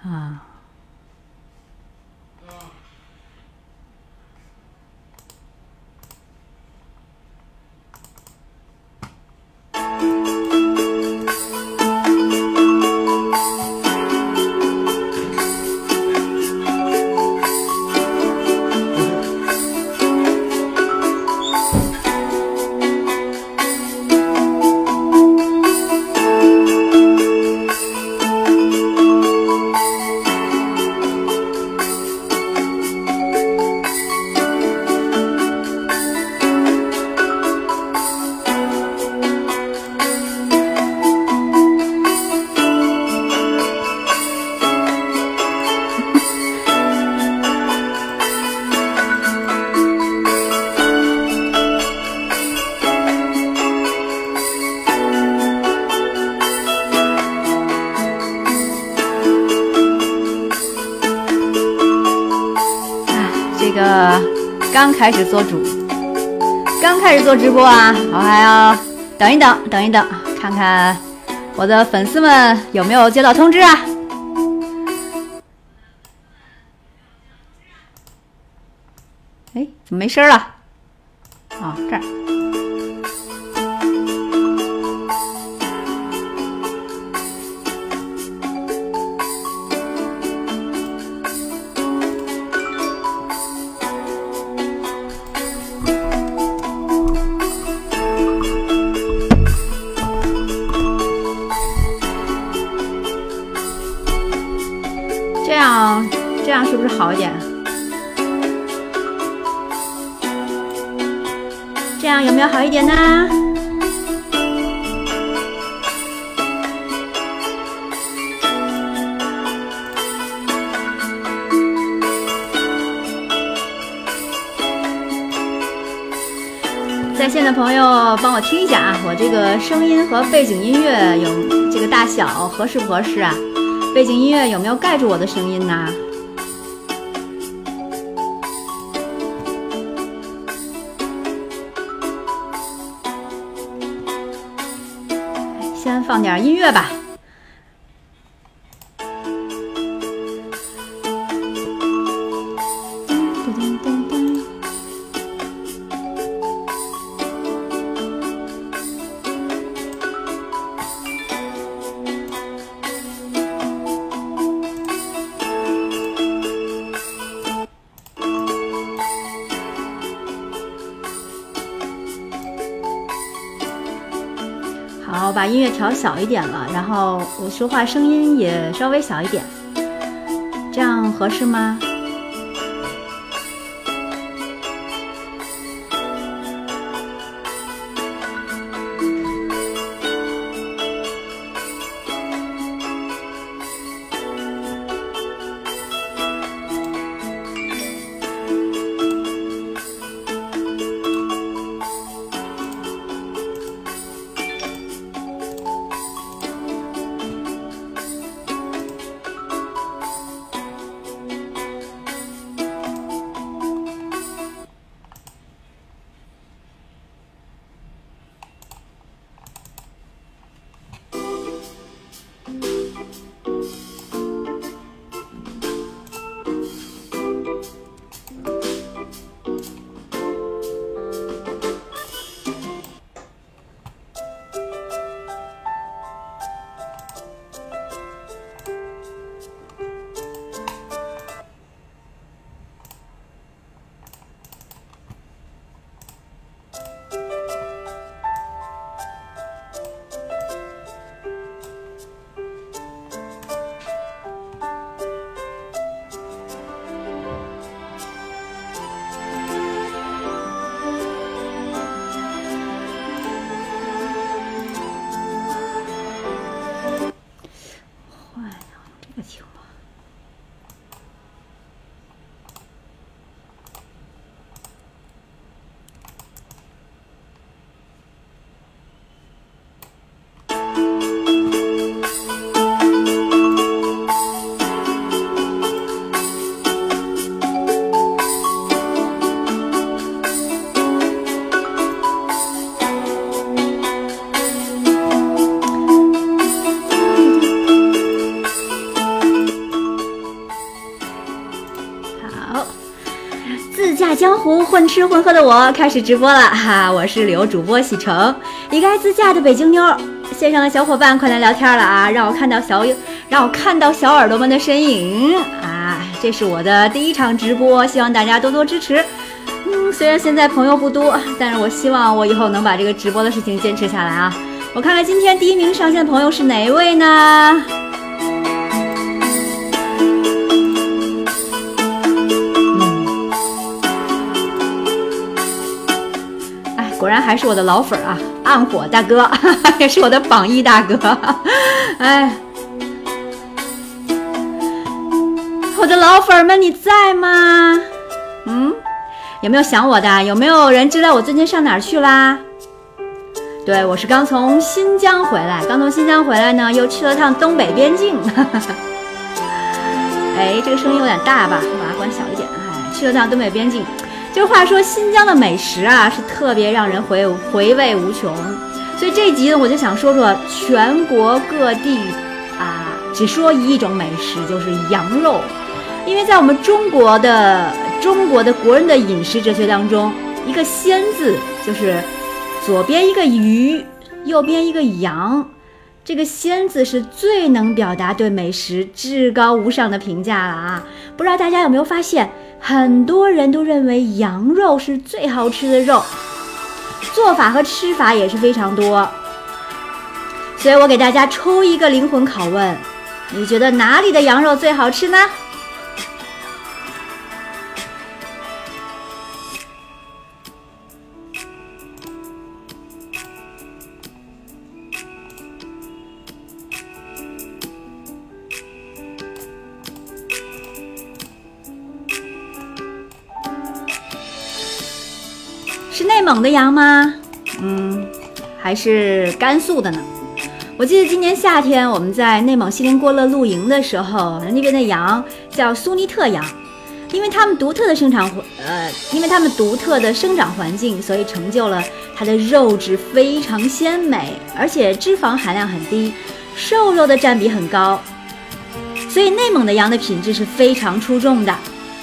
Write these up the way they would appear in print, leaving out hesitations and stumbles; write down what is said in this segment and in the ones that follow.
啊。这个刚开始做直播啊，我还要等一等，看看我的粉丝们有没有接到通知啊？哎，怎么没声了？啊，这儿。这样是不是好一点？这样有没有好一点呢？在线的朋友帮我听一下啊，我这个声音和背景音乐有这个大小合适不合适啊？背景音乐有没有盖住我的声音呢？先放点音乐吧。好，把音乐调小一点了，然后我说话声音也稍微小一点，这样合适吗？ 湖混吃混喝的我开始直播了哈！我是旅游主播喜成，一个爱自驾的北京妞。线上的小伙伴快来聊天了啊！让我看到小耳朵们的身影啊！这是我的第一场直播，希望大家多多支持。虽然现在朋友不多，但是我希望我以后能把这个直播的事情坚持下来啊！我看看今天第一名上线的朋友是哪一位呢？果然还是我的老粉啊，暗火大哥也是我的榜一大哥。哎，我的老粉们你在吗？有没有想我的？有没有人知道我最近上哪儿去啦？对，我是刚从新疆回来，呢又去了趟东北边境。哎，这个声音有点大吧，我把它关小一点。去了趟东北边境。就是话说新疆的美食啊是特别让人回味无穷，所以这一集呢我就想说说全国各地啊只说一种美食，就是羊肉。因为在我们中国的国人的饮食哲学当中，一个鲜字就是左边一个鱼，右边一个羊，这个鲜字是最能表达对美食至高无上的评价了啊！不知道大家有没有发现，很多人都认为羊肉是最好吃的肉，做法和吃法也是非常多。所以我给大家抽一个灵魂拷问，你觉得哪里的羊肉最好吃呢？是内蒙的羊吗？还是甘肃的呢？我记得今年夏天我们在内蒙锡林郭勒露营的时候，那边的羊叫苏尼特羊，因为它们独特的生长环境，所以成就了它的肉质非常鲜美，而且脂肪含量很低，瘦肉的占比很高，所以内蒙的羊的品质是非常出众的。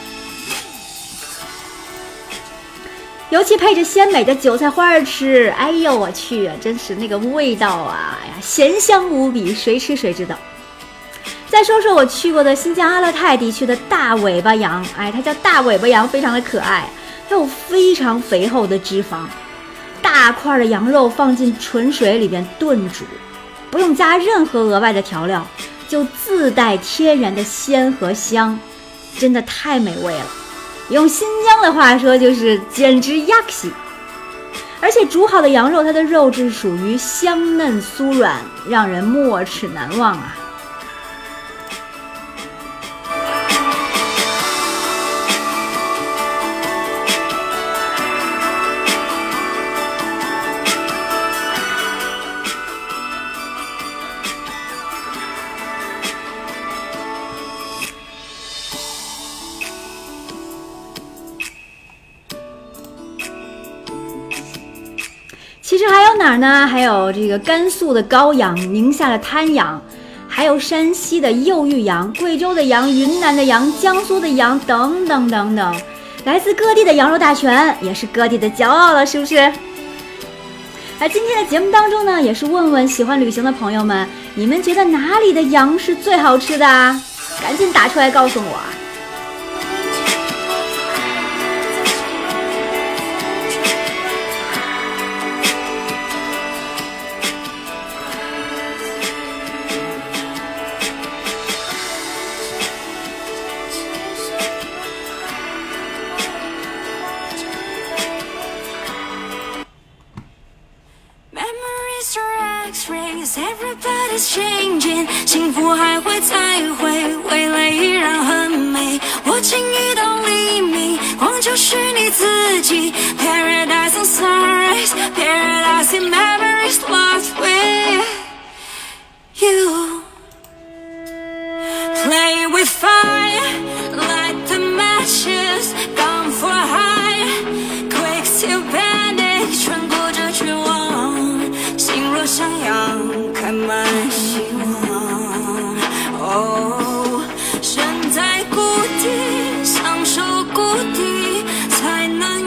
尤其配着鲜美的韭菜花吃，哎呦我去，真是那个味道啊，咸香无比，谁吃谁知道。再说说我去过的新疆阿勒泰地区的大尾巴羊，它叫大尾巴羊，非常的可爱，它有非常肥厚的脂肪，大块的羊肉放进纯水里边炖煮，不用加任何额外的调料，就自带天然的鲜和香，真的太美味了。用新疆的话说就是简直呀西。而且煮好的羊肉，它的肉质属于香嫩酥软，让人没齿难忘啊。其实还有哪儿呢？还有这个甘肃的羔羊，宁夏的滩羊，还有山西的右峪羊，贵州的羊，云南的羊，江苏的羊，等等等等，来自各地的羊肉大全，也是各地的骄傲了，是不是？今天的节目当中呢，也是问问喜欢旅行的朋友们，你们觉得哪里的羊是最好吃的啊？赶紧打出来告诉我啊！ Everybody's changing， 幸福还会再会，未来依然很美。我请遇到黎明，光就是你自己。Paradise on sunrise， Paradise in memories lost with you。 Play with fire， light the matches， gone for high，quick to panic， 穿过这绝望，心若上扬。开满希望，身在谷底，享受谷底，才能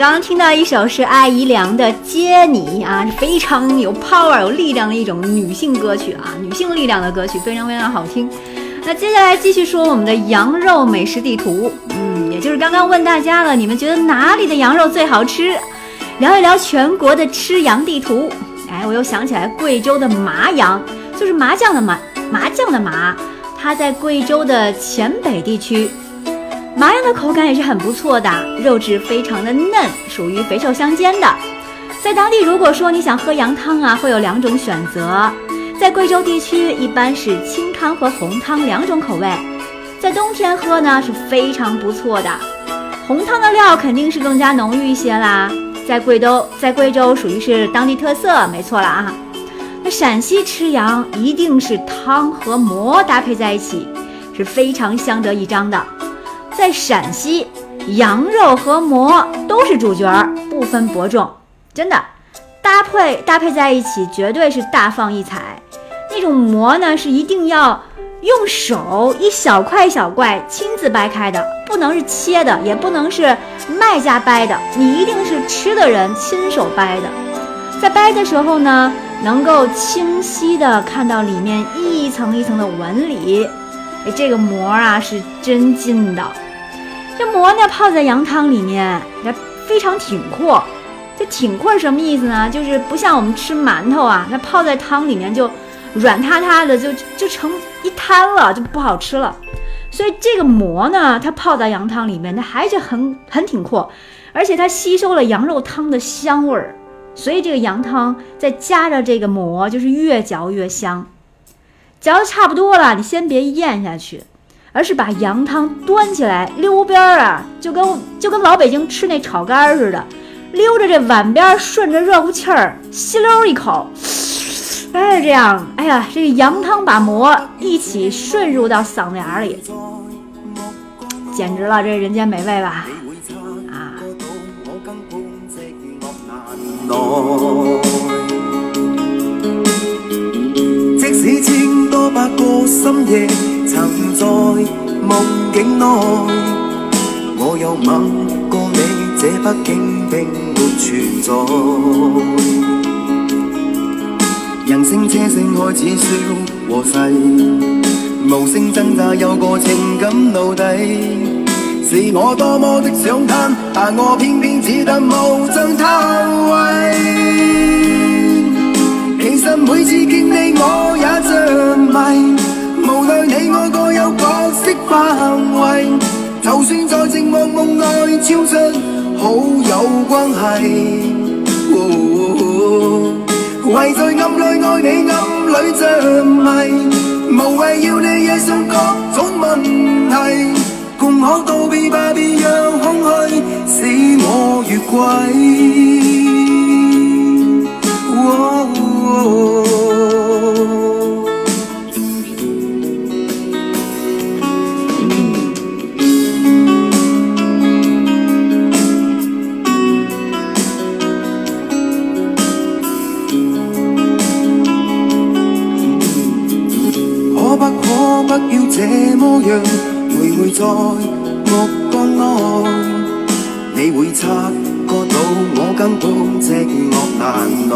刚刚听到一首是艾怡良的《接你》啊，是非常有 power 有力量的一种女性歌曲啊，女性力量的歌曲，非常非常好听。那接下来继续说我们的羊肉美食地图，也就是刚刚问大家了，你们觉得哪里的羊肉最好吃？聊一聊全国的吃羊地图。我又想起来贵州的麻羊，就是麻酱的麻，它在贵州的黔北地区。麻羊的口感也是很不错的，肉质非常的嫩，属于肥瘦相间的。在当地如果说你想喝羊汤啊，会有2种选择。在贵州地区一般是清汤和红汤2种口味，在冬天喝呢是非常不错的。红汤的料肯定是更加浓郁一些啦，在贵州属于是当地特色，没错了啊。那陕西吃羊一定是汤和馍搭配在一起，是非常相得益彰的。在陕西，羊肉和馍都是主角，不分伯仲，真的搭配在一起绝对是大放异彩。那种馍呢是一定要用手一小块一小块亲自掰开的，不能是切的，也不能是卖家掰的，你一定是吃的人亲手掰的。在掰的时候呢，能够清晰的看到里面一层一层的纹理，这个馍啊是真筋的。这馍呢泡在羊汤里面，非常挺阔。这挺阔是什么意思呢？就是不像我们吃馒头啊，它泡在汤里面就软塌塌的，就成一滩了，就不好吃了。所以这个馍呢，它泡在羊汤里面，它还是很挺阔，而且它吸收了羊肉汤的香味儿，所以这个羊汤再加着这个馍，就是越嚼越香。嚼得差不多了，你先别咽下去，而是把羊汤端起来溜边啊，就跟老北京吃那炒肝似的，溜着这碗边，顺着热乎气儿吸溜一口。这样，这个羊汤把馍一起顺入到嗓子眼里，简直了，这人间美味吧？ 即使千多百個深夜，曾在夢境內，我有吻過你，這北京並沒存在。人聲車聲開始笑和逝，無聲掙扎有個情感奴隸，是我多麼的想嘆，但我偏偏只得無盡嘆謂。其實每次見你我也着迷，無奈你我各有角色範圍，就算在寂寞夢內超出好友關係。為在暗裏愛你，暗裏着迷，無謂要你惹上各種問題，共可道別吧，別讓空虛使我越軌。可不要這麼樣，每在目光內，你會察覺到我根本寂寞難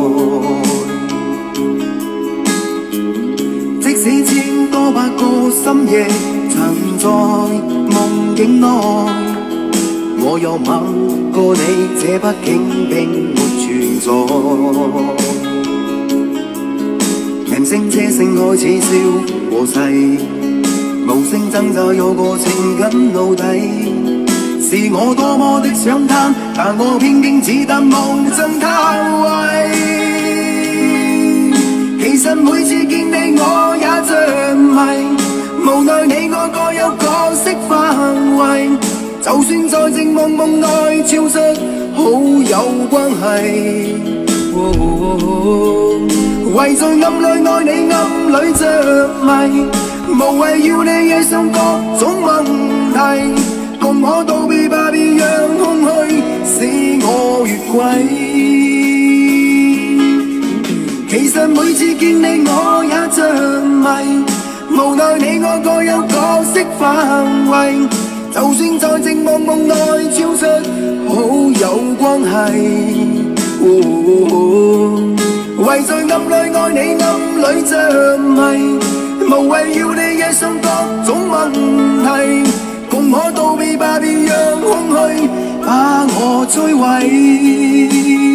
耐。即使千多百個深夜，曾在夢境內，我有吻過你，這北京並沒存在。人聲車聲開始笑和逝，無聲掙扎有個情感奴隸，是我多麼的想嘆，但我偏偏只得無盡嘆謂。其實每次見你我也着迷，無奈你我各有角色範圍，就算在寂寞夢內超出好友關係。為在暗裏愛你，暗裏着迷，無謂要你惹上各種問題，共可道別吧，別讓空虛使我越軌。其實每次見你我也着迷，無奈你我各有角色範圍， 就算在寂寞梦内超出好友關係。唯在暗裏愛你，暗裏着迷，無謂要你惹上各種問題，共我道別吧，別讓空虛把我摧毀。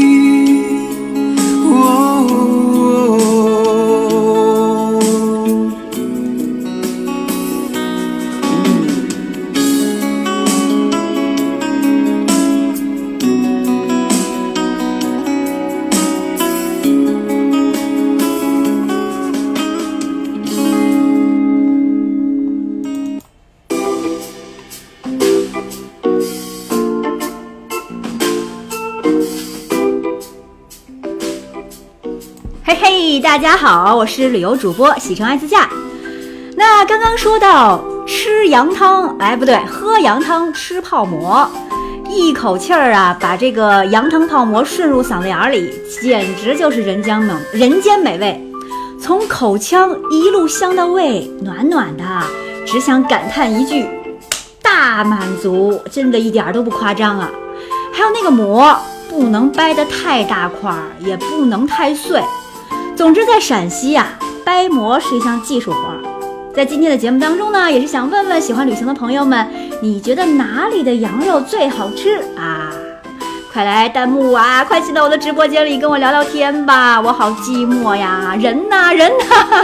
嘿嘿，大家好，我是旅游主播喜成爱自驾。那刚刚说到吃羊汤，不对，喝羊汤吃泡馍，一口气儿啊，把这个羊汤泡馍顺入嗓子眼里，简直就是人间美味。从口腔一路香到胃，暖暖的，只想感叹一句：大满足，真的一点都不夸张啊！还有那个馍，不能掰得太大块，也不能太碎。总之，在陕西啊，掰馍是一项技术活。在今天的节目当中呢，也是想问问喜欢旅行的朋友们，你觉得哪里的羊肉最好吃啊？快来弹幕啊，快进到我的直播间里跟我聊聊天吧，我好寂寞呀，人呐人呐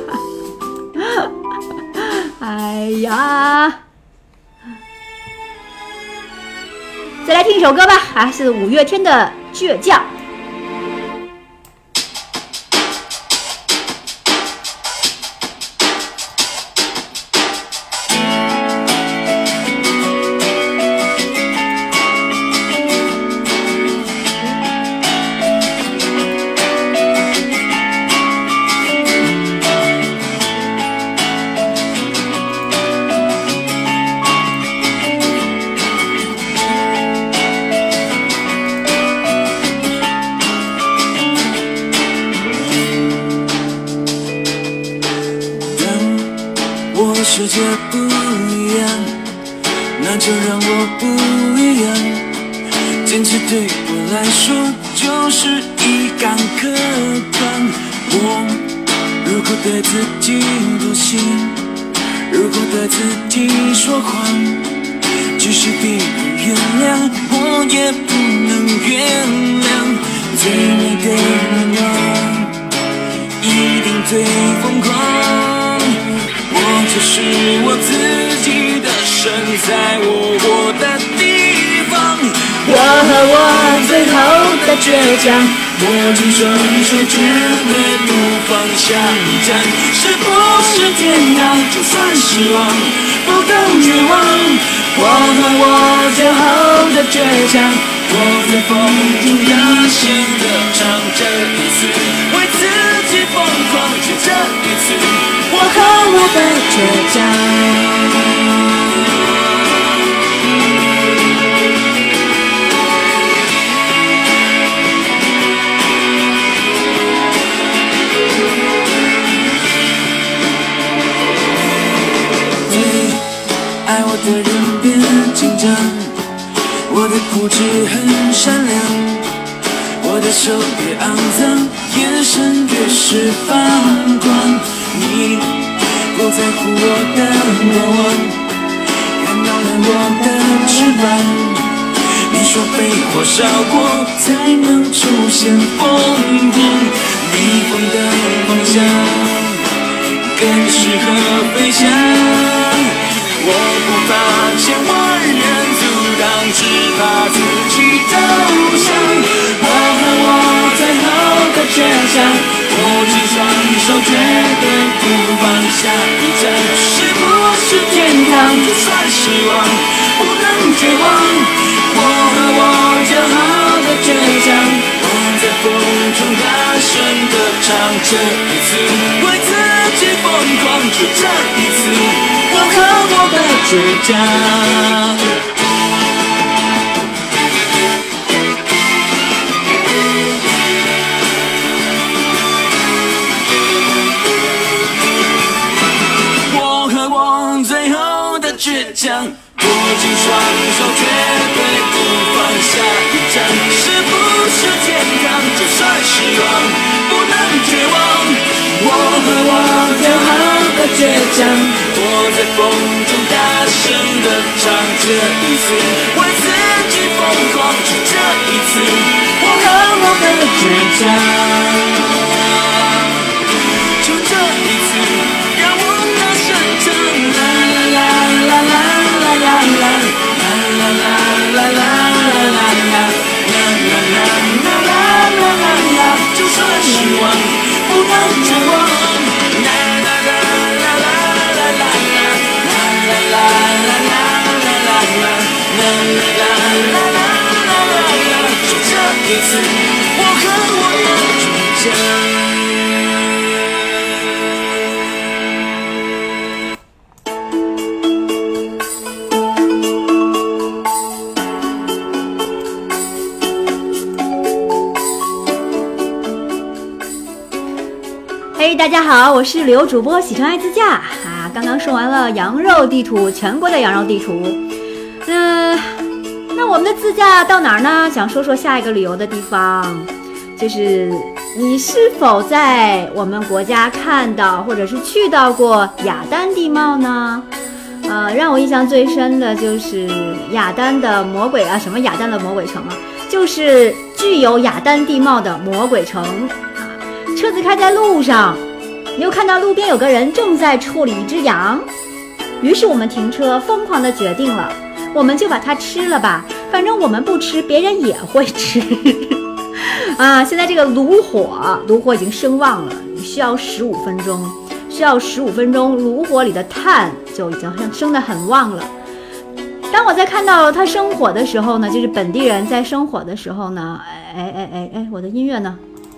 哎呀，再来听一首歌吧，是五月天的《倔强》。 世界不一样，那就让我不一样。坚持对我来说就是一杆刻板。我如果对自己不信，如果对自己说谎，即使别人原谅，我也不能原谅。最美的愿望，一定最疯狂。我就是我自己的神，在我活的地方。我和我最后的倔强，握紧双手绝对不放下一站。是不是天堂？就算失望，不更绝望。我和我最后的倔强，我在风中大声地唱这一次，为自己疯狂，就这一次。我和我的倔强。最爱我的人别紧张，我的固执很善良，我的手越肮脏，眼神越是放光。你不在乎我的过往，看到了我的翅膀。你说被火烧过才能出现疯狂，逆风的方向更适合飞翔。我不怕千万人阻挡，只怕自己投降。我和我最后的倔强，握紧双手绝对不放下一站。是不是天堂？就算失望，不能绝望。我和我骄傲的倔强，我在风中大声地唱这一次，为自己疯狂，就这一次。我和我的倔强。倔强，握紧双手，绝对不放下一站。是不是天堂？就算失望，不能绝望。我和我骄傲的倔强，我在风中大声地唱，这一次为自己疯狂，就这一次，我和我的倔强，就这一次，让我大声唱，啦啦啦啦啦啦啦啦啦啦啦啦啦，就算失望，不能绝望。啦啦啦啦啦啦啦啦啦啦啦就这一次，我和我的倔强。 嘿，大家好，我是旅游主播喜成爱自驾啊！刚刚说完了羊肉地图，全国的羊肉地图。那我们的自驾到哪儿呢？想说说下一个旅游的地方，就是你是否在我们国家看到或者是去到过雅丹地貌呢？让我印象最深的就是雅丹的魔鬼啊，什么雅丹的魔鬼城啊，就是具有雅丹地貌的魔鬼城。车子开在路上，你又看到路边有个人正在处理一只羊，于是我们停车，疯狂地决定了，我们就把它吃了吧，反正我们不吃，别人也会吃。啊，现在这个炉火已经升旺了，需要15分钟，炉火里的炭就已经升得很旺了。当我在看到它生火的时候呢，就是本地人在生火的时候呢，我的音乐呢？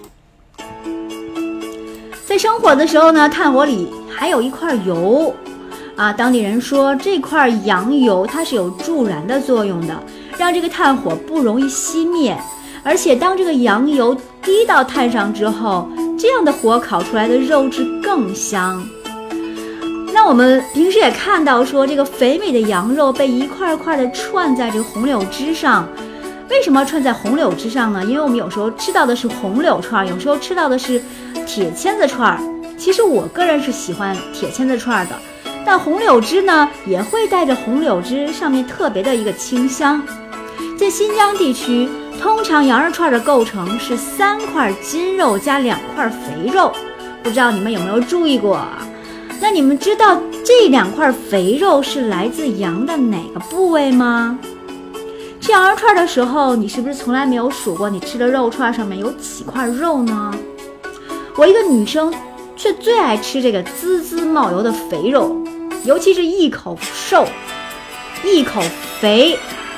在生火的时候呢，炭火里还有一块油啊，当地人说这块羊油它是有助燃的作用的，让这个炭火不容易熄灭，而且当这个羊油滴到炭上之后，这样的火烤出来的肉质更香。那我们平时也看到说，这个肥美的羊肉被一块块的串在这个红柳枝上。为什么串在红柳枝上呢？因为我们有时候吃到的是红柳串，有时候吃到的是铁签子串。其实我个人是喜欢铁签子串的，但红柳枝呢也会带着红柳枝上面特别的一个清香。在新疆地区，通常羊肉串的构成是3块筋肉加2块肥肉，不知道你们有没有注意过？那你们知道这2块肥肉是来自羊的哪个部位吗？吃羊肉串的时候，你是不是从来没有数过你吃的肉串上面有几块肉呢？我一个女生却最爱吃这个滋滋冒油的肥肉，尤其是一口瘦一口肥，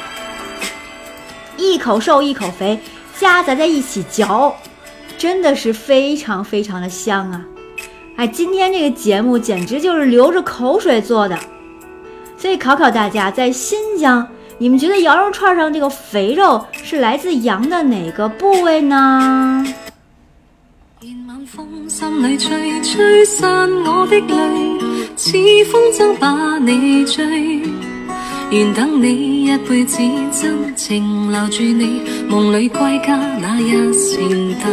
一口瘦一口肥夹杂在一起嚼，真的是非常非常的香啊！哎，今天这个节目简直就是流着口水做的。所以考考大家，在新疆，你们觉得羊肉串上这个肥肉是来自羊的哪个部位呢？ 晚風心裏吹，吹散我的淚，似風箏把你追。願等你一輩子，真情留住你，夢裏歸家那一扇燈。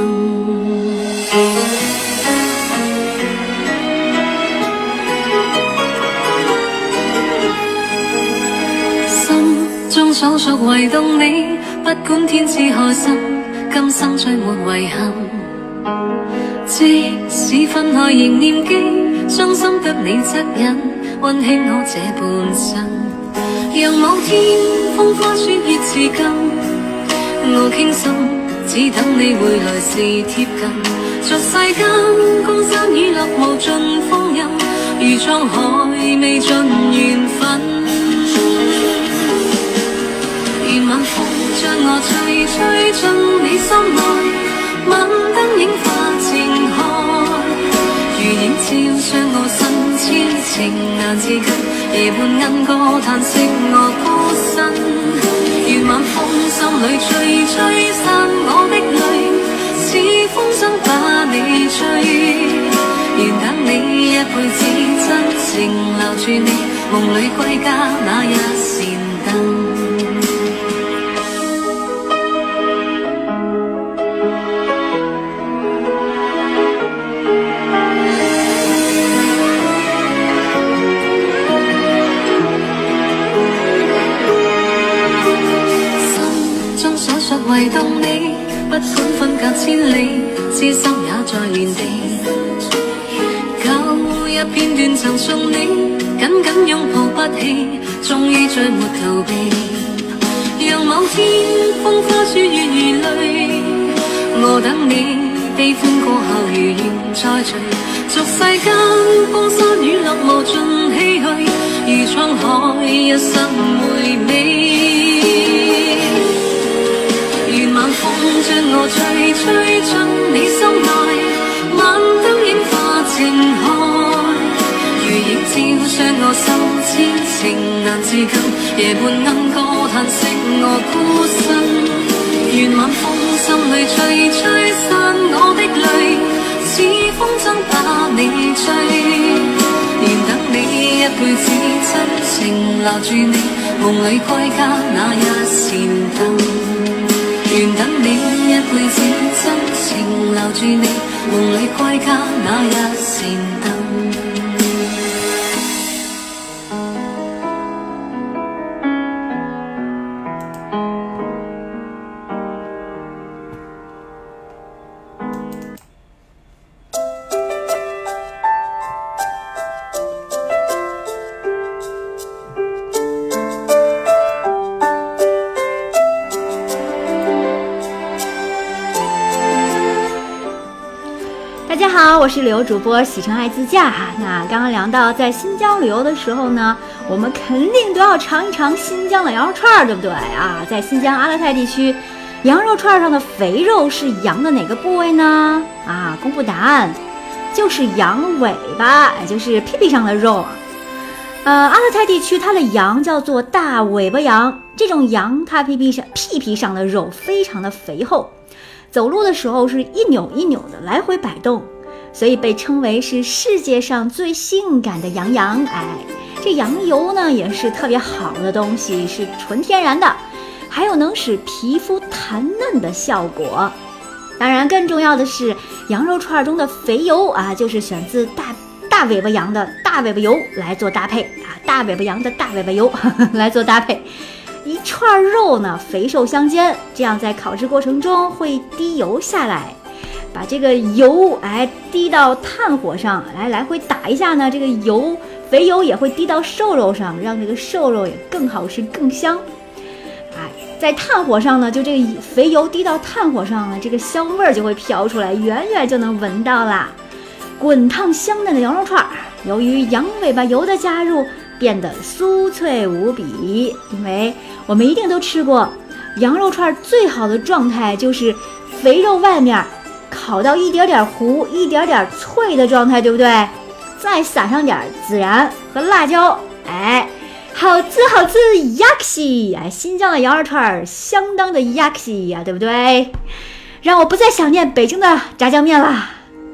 心中所屬唯動你，不管天賜何心，今生再沒遺憾。即使分開仍念記，傷心得你惻隱，溫馨我這半生。讓某天風花雪月似今，我傾心，只等你回來時貼近。俗世間江山已落無盡風蔭，如滄海未盡緣分。願晚風將我吹，吹進你心內，晚燈映花情海，如映照將我身痴情難自禁，夜半鶯歌嘆息我孤身。願晚風心裏吹，吹散我的淚，似風箏把你追。願等你一輩子，真情留住你， 夢裏歸家那一扇燈。唯獨你不管分隔千里，痴心也在原地。舊日片段曾送你，緊緊擁抱不棄，終於再沒逃避。讓某天風花雪月如淚，我等你悲歡過後如願再聚。俗世間風沙雨落無盡唏噓，如滄海一生回味。晚風將我吹進你心內，晚燈映化情海，如映照傷我心千情難自禁，夜半鶯歌嘆息我孤身。願晚風心裏吹散我的淚，似風箏把你追，願等你一輩子真情留住你，夢裏歸家那一扇燈。願等你一輩子真情留住你，夢裏歸家那一扇燈。 大家好，我是旅游主播喜成爱自驾。那刚刚聊到在新疆旅游的时候呢，我们肯定都要尝一尝新疆的羊肉串，对不对啊？在新疆阿勒泰地区，羊肉串上的肥肉是羊的哪个部位呢？啊，公布答案，就是羊尾巴，也就是屁屁上的肉。阿勒泰地区它的羊叫做大尾巴羊，这种羊它屁屁上的肉非常的肥厚。走路的时候是一扭一扭的来回摆动，所以被称为是世界上最性感的羊。这羊油呢也是特别好的东西，是纯天然的，还有能使皮肤弹嫩的效果。当然更重要的是，羊肉串中的肥油啊，就是选自大尾巴羊的大尾巴油来做搭配啊，大尾巴羊的大尾巴油来做搭配。一串肉呢，肥瘦相间，这样在烤制过程中会滴油下来，把这个油滴到炭火上来回打一下呢，这个肥油也会滴到瘦肉上，让这个瘦肉也更好吃更香。在炭火上呢，就这个肥油滴到炭火上呢，这个香味儿就会飘出来，远远就能闻到啦。滚烫香嫩的羊肉串，由于羊尾巴油的加入，变得酥脆无比。因为我们一定都吃过羊肉串最好的状态，就是肥肉外面烤到一点点糊一点点脆的状态，对不对？再撒上点孜然和辣椒，好吃雅克西，新疆的羊肉串相当的雅克西呀，对不对？让我不再想念北京的炸酱面了。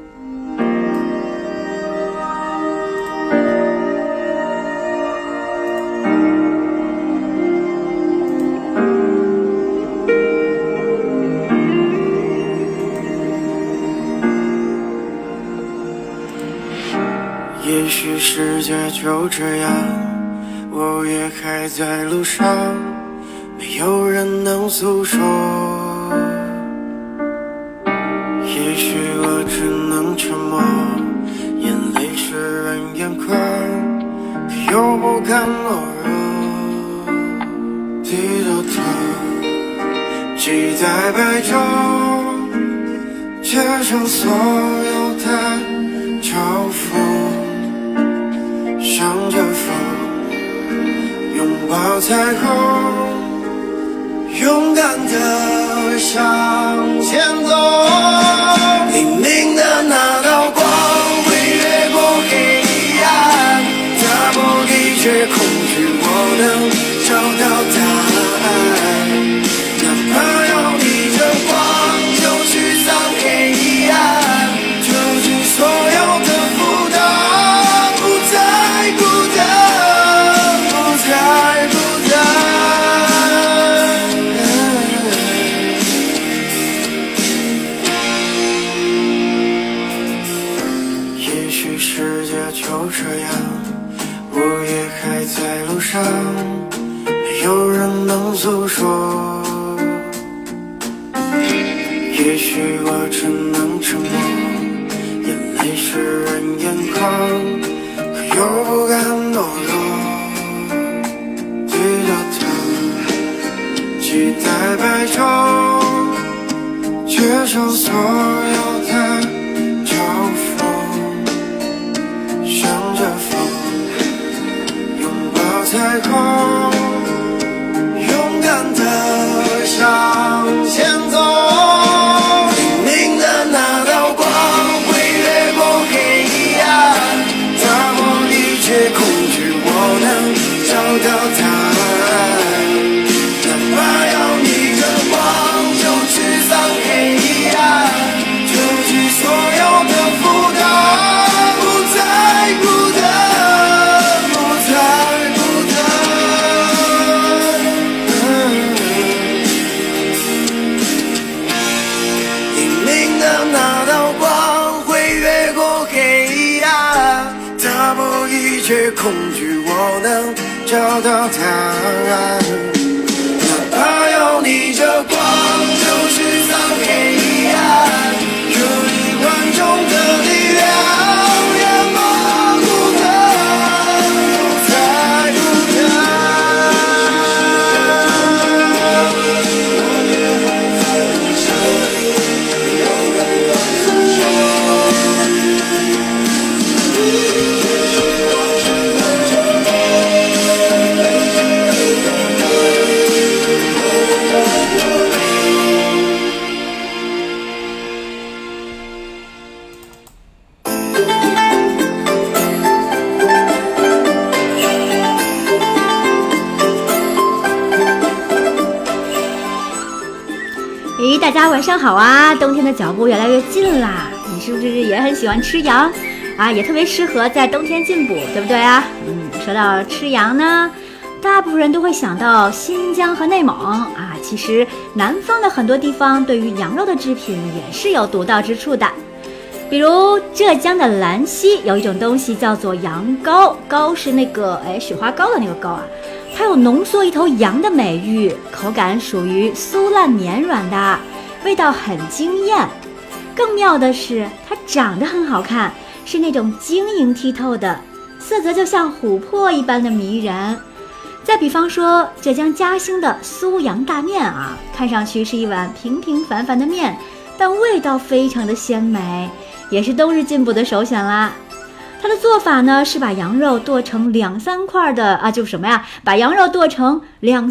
也许世界就这样，我也还在路上，没有人能诉说。也许我只能沉默，眼泪湿润眼眶，可又不甘懦弱。低头头，期待白昼，加上所有的嘲讽。向着风，拥抱彩虹，勇敢地向前走。黎明的那道光会越过黑暗，打破一切恐惧，我能找到答案。哪怕要逆着光，就驱散黑暗，究竟所有的负担不再孤单。 世界就这样，我也还在路上，没有人能诉说。也许我只能沉默，眼泪湿润眼眶，可又不敢懦弱。对着他，期待白昼，接受所有的嘲讽，向着风，拥抱彩虹，勇敢地向前走。恐惧，我能找到答案。哪怕有你这光，就是苍黑暗，有你万种的力量，让我孤单，不再孤大家晚上好啊！冬天的脚步越来越近啦，你是不是也很喜欢吃羊啊？也特别适合在冬天进补，对不对啊？说到吃羊呢，大部分人都会想到新疆和内蒙啊。其实南方的很多地方对于羊肉的制品也是有独到之处的。比如浙江的兰溪有一种东西叫做羊羔，羔是那个雪花膏的那个膏啊，它有浓缩一头羊的美誉，口感属于酥烂绵软的，味道很惊艳。更妙的是它长得很好看，是那种晶莹剔透的，色泽就像琥珀一般的迷人。再比方说浙江嘉兴的酥羊大面啊，看上去是一碗平平凡凡的面，但味道非常的鲜美，也是冬日进补的首选啦。它的做法呢是把羊肉剁成2-3块的啊，就是什么呀？把羊肉剁成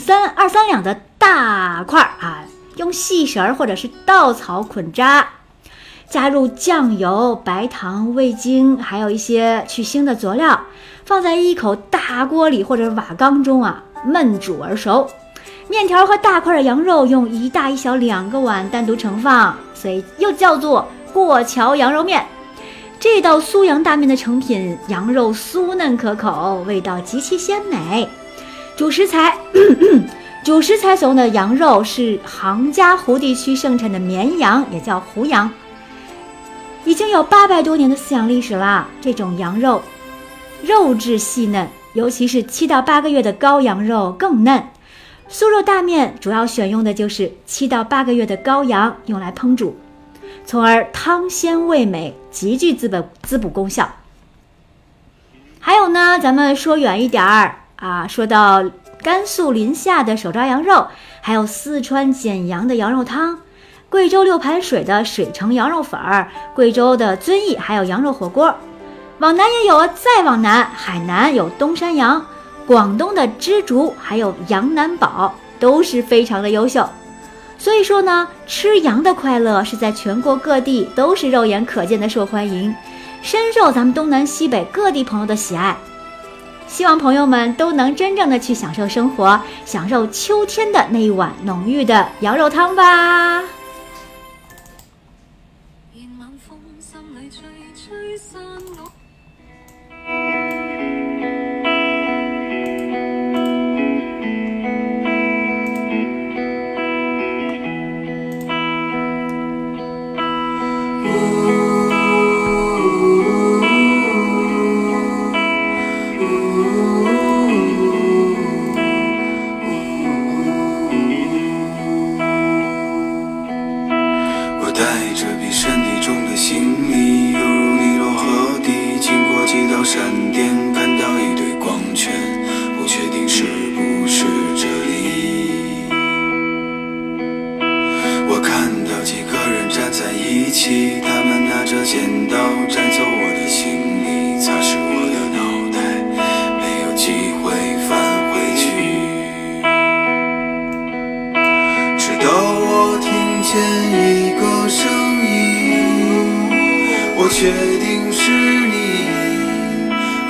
2-3两的大块啊，用细绳或者是稻草捆扎，加入酱油、白糖、味精，还有一些去腥的佐料，放在一口大锅里或者瓦缸中啊，焖煮而熟。面条和大块的羊肉用1大1小2个碗单独盛放，所以又叫做过桥羊肉面。这道酥羊大面的成品，羊肉酥嫩可口，味道极其鲜美。主食材所用的羊肉是杭嘉湖地区盛产的绵羊，也叫湖羊，已经有800多年的饲养历史了。这种羊肉肉质细嫩，尤其是7到8个月的羔羊肉更嫩。酥肉大面主要选用的就是7到8个月的羔羊用来烹煮，从而汤鲜味美，极具滋补功效。还有呢，咱们说远一点啊，说到甘肃临夏的手抓羊肉，还有四川简阳的羊肉汤，贵州六盘水的水城羊肉粉儿，贵州的遵义还有羊肉火锅。往南也有，再往南，海南有东山羊，广东的知竹还有羊腩煲都是非常的优秀。所以说呢，吃羊的快乐是在全国各地都是肉眼可见的受欢迎，深受咱们东南西北各地朋友的喜爱。希望朋友们都能真正的去享受生活，享受秋天的那一碗浓郁的羊肉汤吧。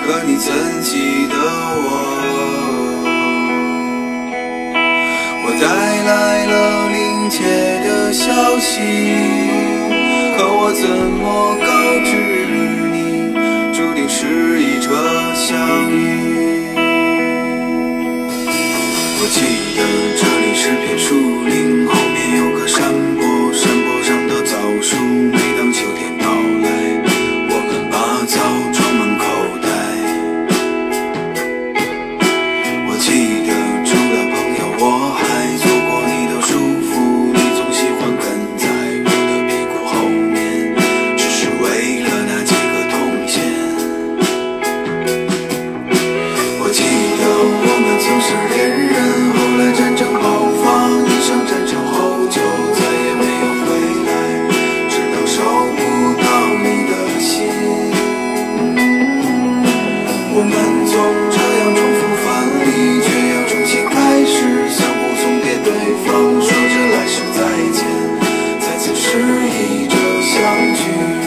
可你曾记得我带来了临界的消息，可我怎么告知你，注定是一场相遇。我记得这里是片树林，后面有个山坡，山坡上的枣树，每当秋天到来，我们把枣装满口袋。我记得除了朋友，我还做过你的束缚，你总喜欢跟在我的屁股后面，只是为了那几个铜钱。我记得我们曾是恋人，后来战争爆发，一场战争后就再也没有回来，直到收不到你的信。我们总这样重复犯例，却要重新开始，相互送别对方，说着来世再见，再次示意着相聚。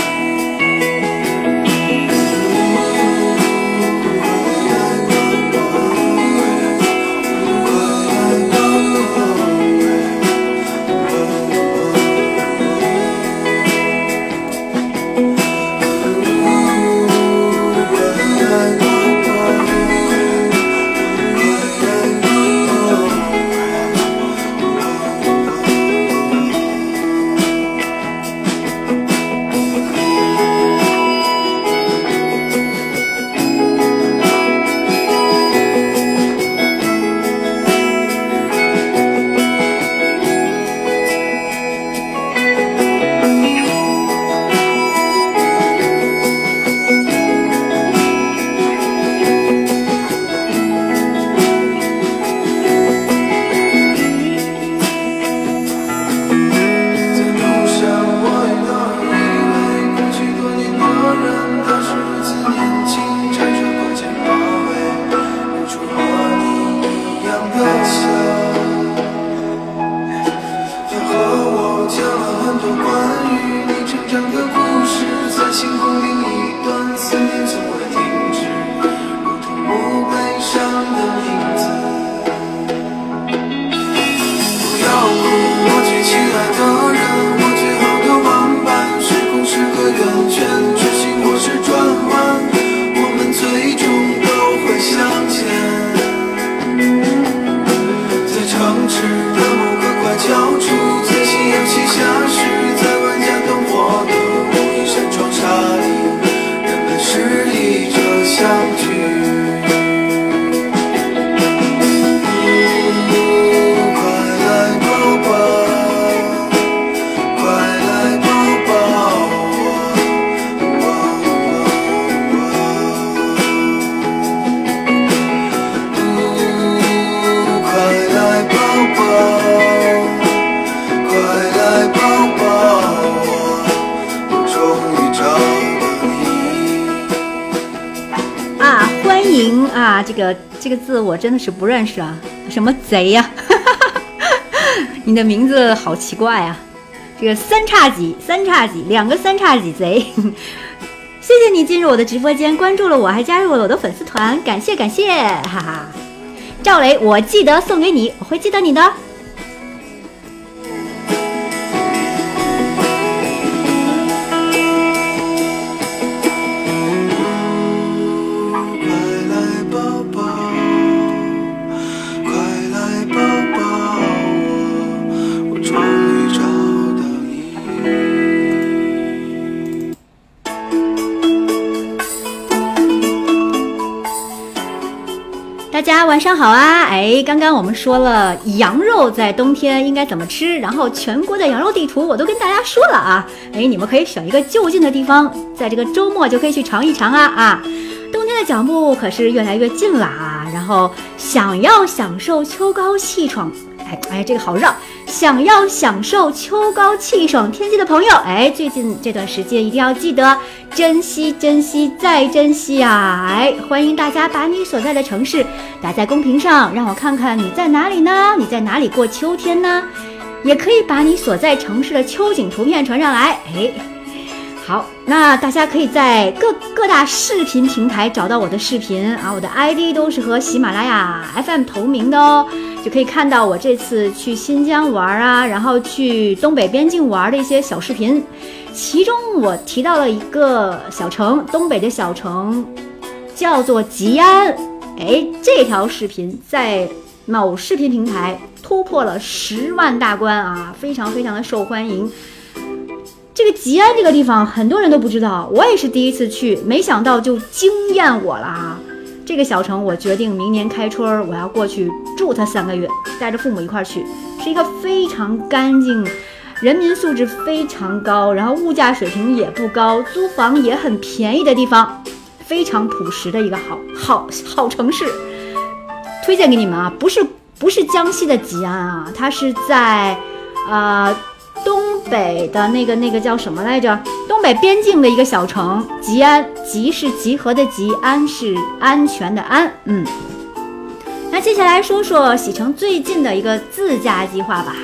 这个字我真的是不认识啊，什么贼呀、你的名字好奇怪啊，这个三叉戟，两个三叉戟贼。谢谢你进入我的直播间，关注了我，还加入了我的粉丝团，感谢，哈哈。赵雷，我记得送给你，我会记得你的。大家晚上好啊！刚刚我们说了羊肉在冬天应该怎么吃，然后全国的羊肉地图我都跟大家说了啊！你们可以选一个就近的地方，在这个周末就可以去尝一尝啊！冬天的脚步可是越来越近了啊！然后想要享受秋高气爽，这个好绕！想要享受秋高气爽天气的朋友，最近这段时间一定要记得珍惜再珍惜啊！欢迎大家把你所在的城市打在公屏上，让我看看你在哪里呢？你在哪里过秋天呢？也可以把你所在城市的秋景图片传上来。 好，那大家可以在各大视频平台找到我的视频啊，我的 ID 都是和喜马拉雅 FM 同名的哦，就可以看到我这次去新疆玩啊，然后去东北边境玩的一些小视频。其中我提到了一个小城，东北的小城叫做吉安，这条视频在某视频平台突破了10万大关啊，非常非常的受欢迎。这个吉安这个地方很多人都不知道，我也是第一次去，没想到就惊艳我了啊！这个小城我决定明年开春我要过去住它3个月，带着父母一块去，是一个非常干净，人民素质非常高，然后物价水平也不高，租房也很便宜的地方，非常朴实的一个好城市，推荐给你们啊！不是江西的吉安啊，它是在东北的那个叫什么来着？东北边境的一个小城吉安，集是集合的集，安是安全的安。那接下来说说喜成最近的一个自驾计划吧。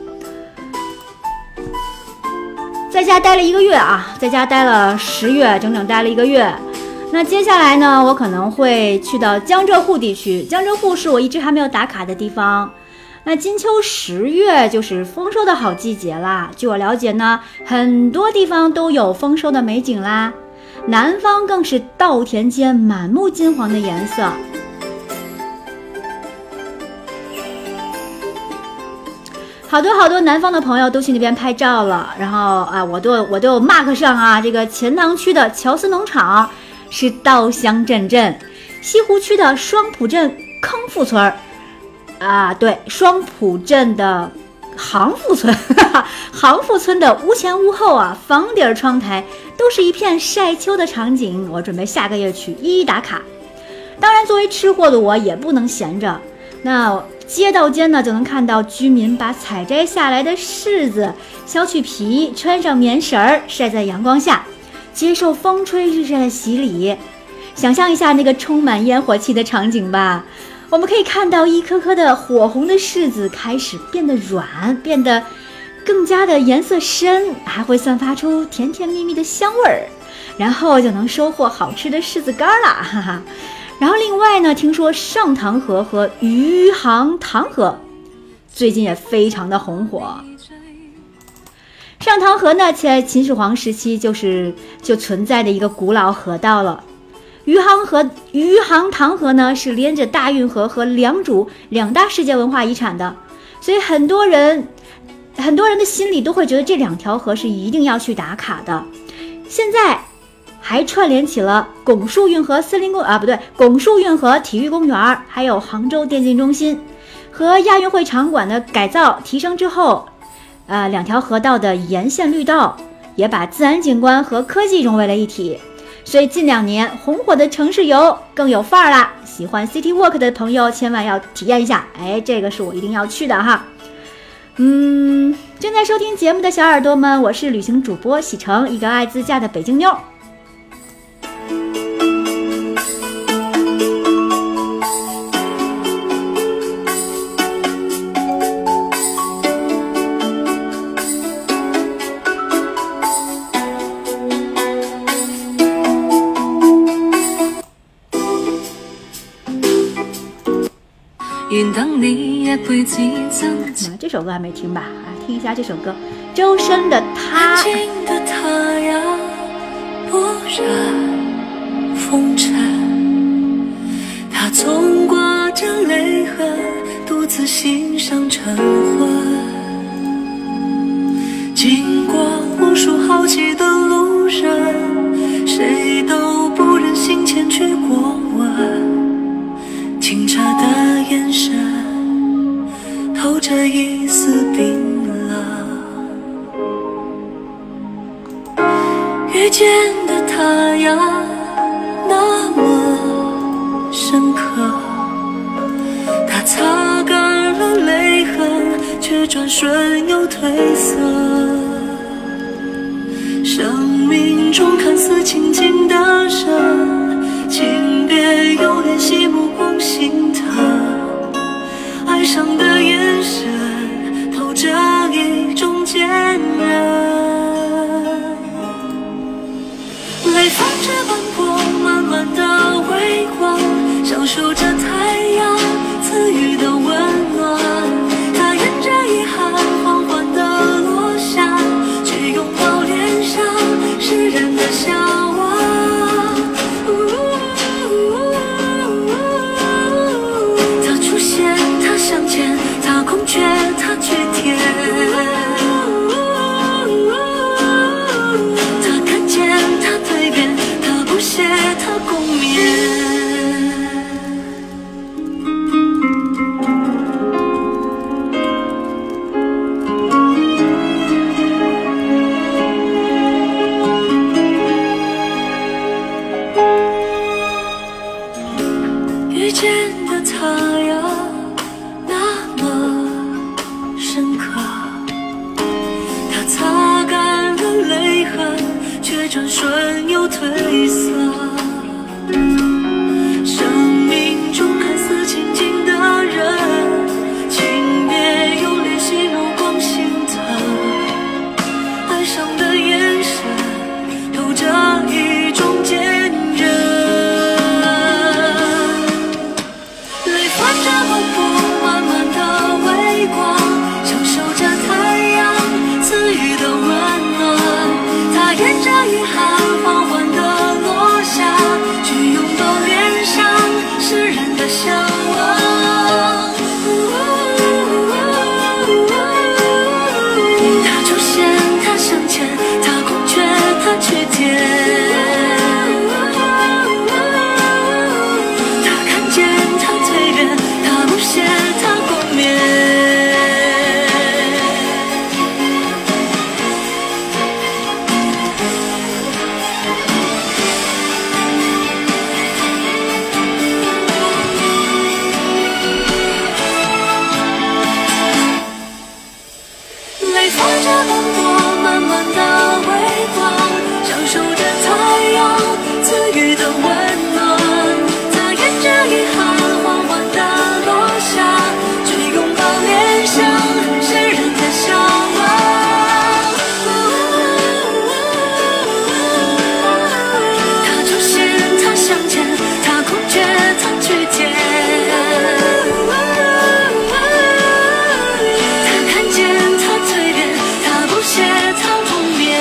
在家待了1个月啊，在家待了10月，整整待了1个月。那接下来呢，我可能会去到江浙沪地区，江浙沪是我一直还没有打卡的地方。那金秋10月就是丰收的好季节啦，据我了解呢，很多地方都有丰收的美景啦，南方更是稻田间满目金黄的颜色。好多南方的朋友都去那边拍照了，然后我都有 mark 上啊，这个钱塘区的乔司农场是稻香阵阵，西湖区的双浦镇坑父村对，双浦镇的杭富村杭富村的屋前屋后啊，房顶窗台都是一片晒秋的场景，我准备下个月去一一打卡。当然作为吃货的我也不能闲着，那街道间呢就能看到居民把采摘下来的柿子削去皮，穿上棉绳晒在阳光下，接受风吹日晒的洗礼。想象一下那个充满烟火气的场景吧，我们可以看到一颗颗的火红的柿子开始变得软，变得更加的颜色深，还会散发出甜甜蜜蜜的香味儿，然后就能收获好吃的柿子干啦，哈哈。然后另外呢，听说上塘河和余杭塘河最近也非常的红火。上塘河呢，在秦始皇时期就存在的一个古老河道了。余杭塘河呢是连着大运河和良渚2大世界文化遗产的，所以很多人的心里都会觉得这2条河是一定要去打卡的。现在还串联起了拱墅运河拱墅运河体育公园，还有杭州电竞中心和亚运会场馆的改造提升之后，2条河道的沿线绿道也把自然景观和科技融为了一体。所以近2年红火的城市游更有范儿啦，喜欢 City Walk 的朋友千万要体验一下，这个是我一定要去的哈。正在收听节目的小耳朵们，我是旅行主播喜成，一个爱自驾的北京妞。这首歌还没听吧？听一下这首歌，周深的《他》。 安静的他呀，不染风尘，他总挂着泪痕，独自欣赏晨昏。经过无数好奇的路人，谁都不忍心前去过问，清澈的眼神透着一丝冰冷。遇见的他呀，那么深刻，他擦干了泪痕，却转瞬又褪色。生命中看似亲近的人，请别用怜惜目光心疼，爱上的眼神透着一种坚韧。 受着太阳赐予的温暖。他沿着遗憾缓缓地落下，去拥抱脸上湿人的笑啊。他出现，他向前，他空缺，他去填。他看见，他蜕变，他不屑，他共勉。遇见的他呀，那么深刻。他擦干了泪痕，却转瞬又褪色。生命中看似亲近的人，请别用联系目光心疼。爱上的眼神，透着一种坚韧。着梦不慢慢的微光，享受着太阳赐予的温暖。它沿着遗憾缓缓的落下，去拥抱脸上湿人的笑啊。它出现，它向前，它空缺，它去填。他共勉。泪放着梦波慢慢的微光，享受着太阳赐予的温暖。它沿着遗憾缓缓的落下，去拥抱脸上湿人的笑啊。他出现，他向前，他空缺，他去填。他看见，他蜕变，他不屑，他共勉。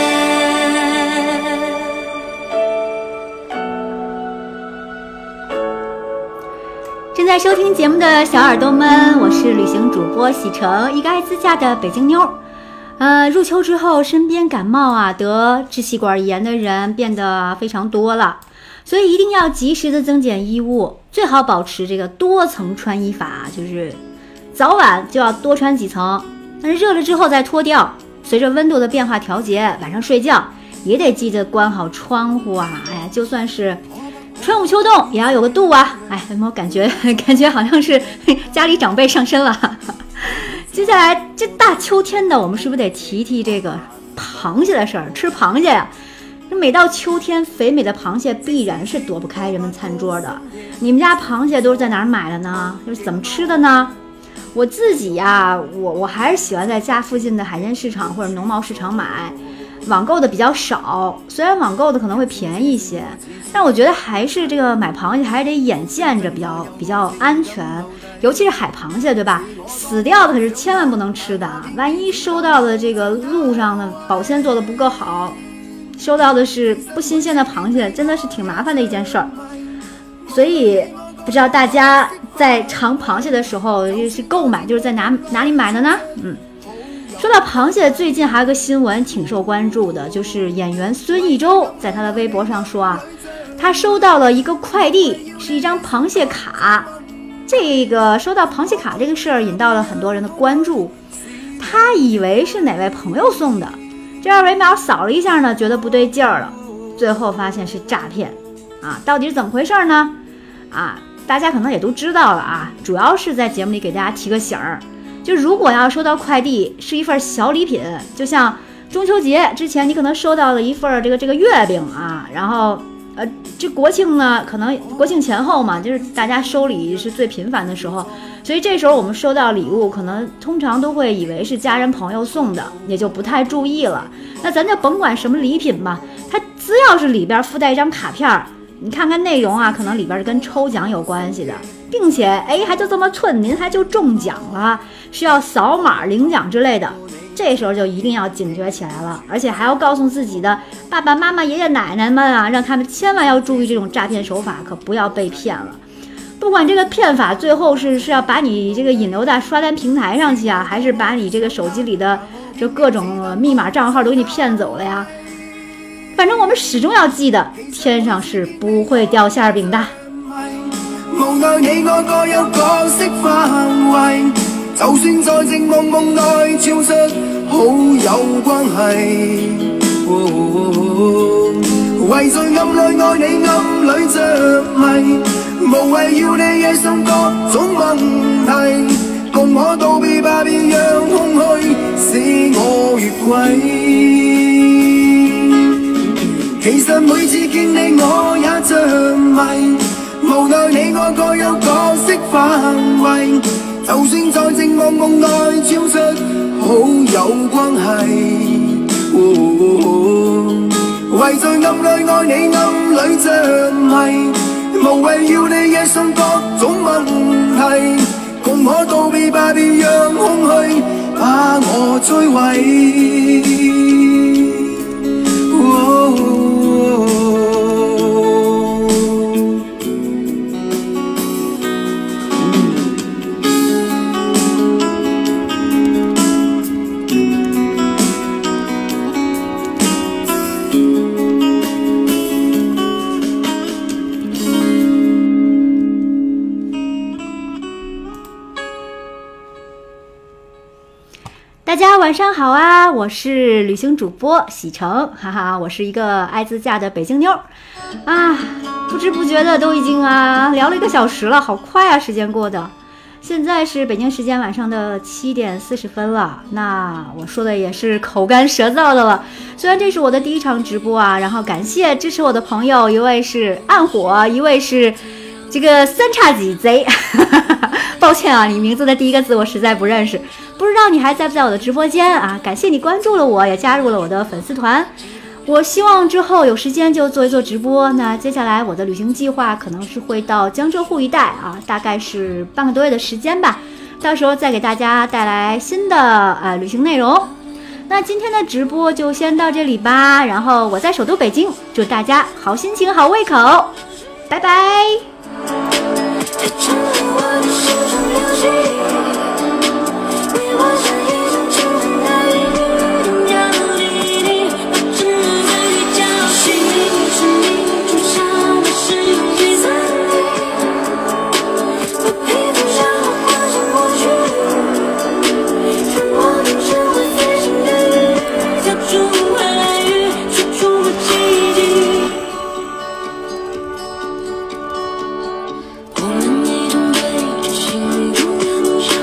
正在收听节目的小耳朵们，我是旅行主播喜成，一个爱自驾的北京妞。入秋之后，身边感冒啊、得支气管炎的人变得非常多了，所以一定要及时的增减衣物，最好保持这个多层穿衣法，就是早晚就要多穿几层，但是热了之后再脱掉。随着温度的变化调节，晚上睡觉也得记得关好窗户啊！哎呀，就算是春捂秋冻也要有个度啊！哎，有没有感觉好像是家里长辈上身了？接下来这大秋天的，我们是不是得提提这个螃蟹的事儿？吃螃蟹呀，每到秋天，肥美的螃蟹必然是躲不开人们餐桌的。你们家螃蟹都是在哪儿买的呢？又是怎么吃的呢？我自己呀，我还是喜欢在家附近的海鲜市场或者农贸市场买。网购的比较少，虽然网购的可能会便宜一些，但我觉得还是这个买螃蟹还得眼见着比较安全，尤其是海螃蟹，对吧？死掉的可是千万不能吃的，万一收到的这个路上的保鲜做的不够好，收到的是不新鲜的螃蟹，真的是挺麻烦的一件事儿。所以不知道大家在尝螃蟹的时候是购买就是在哪里买的呢？说到螃蟹，最近还有个新闻挺受关注的，就是演员孙艺洲在他的微博上说啊，他收到了一个快递，是一张螃蟹卡。这个收到螃蟹卡这个事儿引到了很多人的关注，他以为是哪位朋友送的，这二维码扫了一下呢，觉得不对劲儿了，最后发现是诈骗啊！到底是怎么回事呢？大家可能也都知道了啊，主要是在节目里给大家提个醒儿。就如果要收到快递是一份小礼品，就像中秋节之前你可能收到了一份这个月饼啊，然后这国庆呢，可能国庆前后嘛，就是大家收礼是最频繁的时候，所以这时候我们收到礼物，可能通常都会以为是家人朋友送的，也就不太注意了。那咱就甭管什么礼品吧，它只要是里边附带一张卡片， 你看看内容啊，可能里边是跟抽奖有关系的，并且还就这么寸，您还就中奖了，需要扫码领奖之类的。这时候就一定要警觉起来了，而且还要告诉自己的爸爸妈妈、爷爷奶奶们啊，让他们千万要注意这种诈骗手法，可不要被骗了。不管这个骗法最后是要把你这个引流到刷单平台上去啊，还是把你这个手机里的这各种密码账号都给你骗走了呀，反正我们始终要记得，天上是不会掉馅饼的。 無奈你我各有角色範圍，就算在靜夢夢內超出好友關係，為在暗裏愛你暗裏着迷，無謂要你惹上各種問題，共我道別吧，別讓空虛使我越軌。其實每次見你我也着迷，無奈你我各有角色範圍，就算在靜夢夢內超出好友關係，為在暗裏愛你暗裏着迷，無謂要你惹上各種問題，共我道別吧，別讓空虛把我摧毀。 大家晚上好啊，我是旅行主播喜成，哈哈，我是一个爱自驾的北京妞啊，不知不觉的都已经聊了1个小时了，好快啊，时间过的。现在是北京时间晚上的7点40分了，那我说的也是口干舌燥的了。虽然这是我的第1场直播啊，然后感谢支持我的朋友，一位是暗火，一位是这个3叉戟贼，抱歉啊，你名字的第1个字我实在不认识，不知道你还在不在我的直播间啊？感谢你关注了我，也加入了我的粉丝团。我希望之后有时间就做一做直播。那接下来我的旅行计划可能是会到江浙沪一带啊，大概是半个多月的时间吧。到时候再给大家带来新的旅行内容。那今天的直播就先到这里吧。然后我在首都北京，祝大家好心情、好胃口，拜拜。 我们一同对着心中的梦想。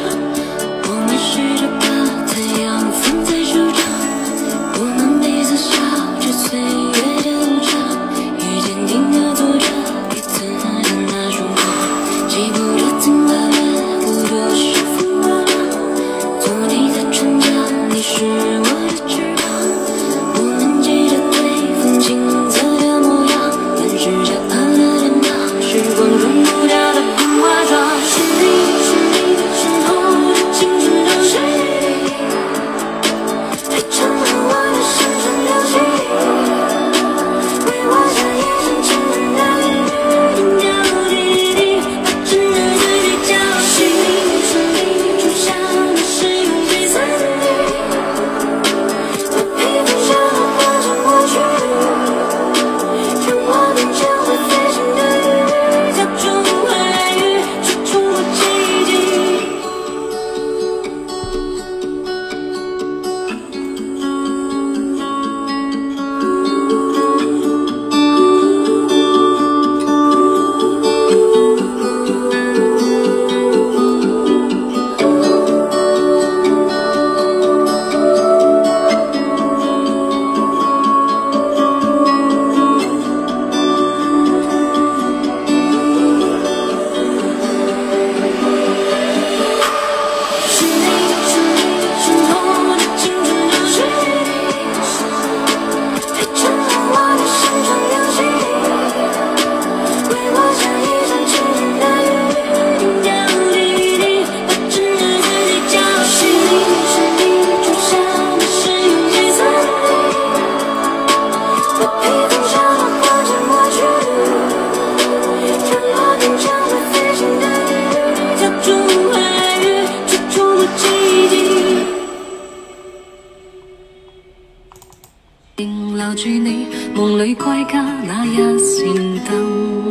住你，夢裏歸家那一扇燈。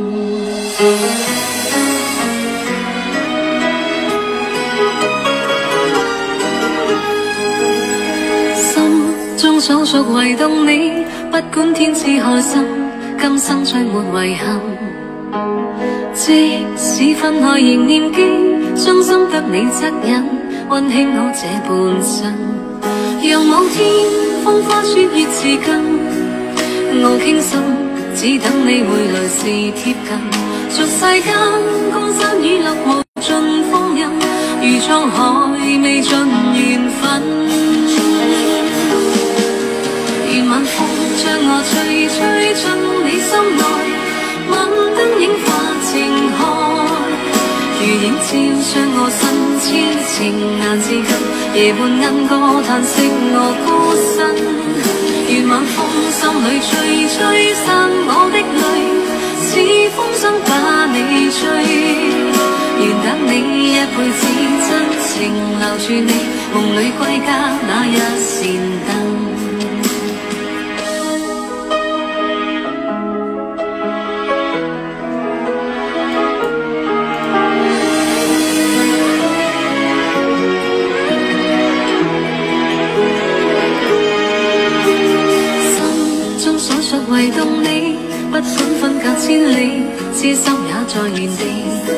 中所屬唯動你，不管天知開心，今生再沒遺憾。即使分開仍念記，傷心得你惻隱，溫馨我這半生。讓某天風花雪月似根，我傾心，只等你回來時貼近。俗世間江山雨落無盡風韻，如滄海未盡緣分。願晚風將我吹進你心內，晚燈映化情海，如映照將我身痴情難自禁，夜半鶯歌嘆息我孤身。願晚風心裏吹散我的淚，似風箏把你追。願等你一輩子真情留住你，夢裏歸家那一扇燈。唯動你，不想分隔千里，痴心也在原地。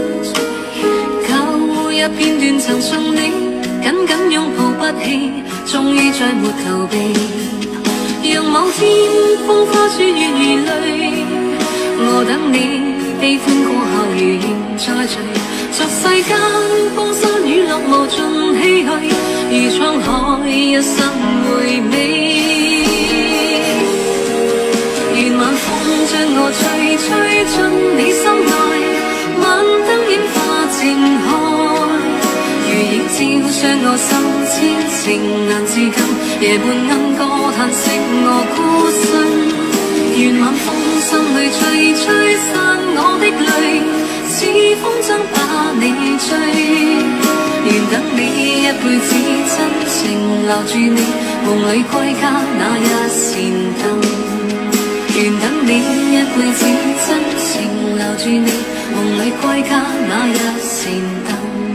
舊日片段曾送你，緊緊擁抱不棄，終於再沒逃避。讓某天風花雪月如淚，我等你悲歡過後如願再聚。俗世間江山雨落無盡唏噓，如滄海一生回味。願晚風將我吹進你心內，晚燈映化情海，如映照將我心痴情難自禁，夜半鶯歌嘆息我孤身。願晚風心裏吹散我的淚，似風箏把你追。願等你一輩子真情留住你，夢裏歸家那一扇燈。願等你一輩子真情留住你，夢裏歸家那一扇燈。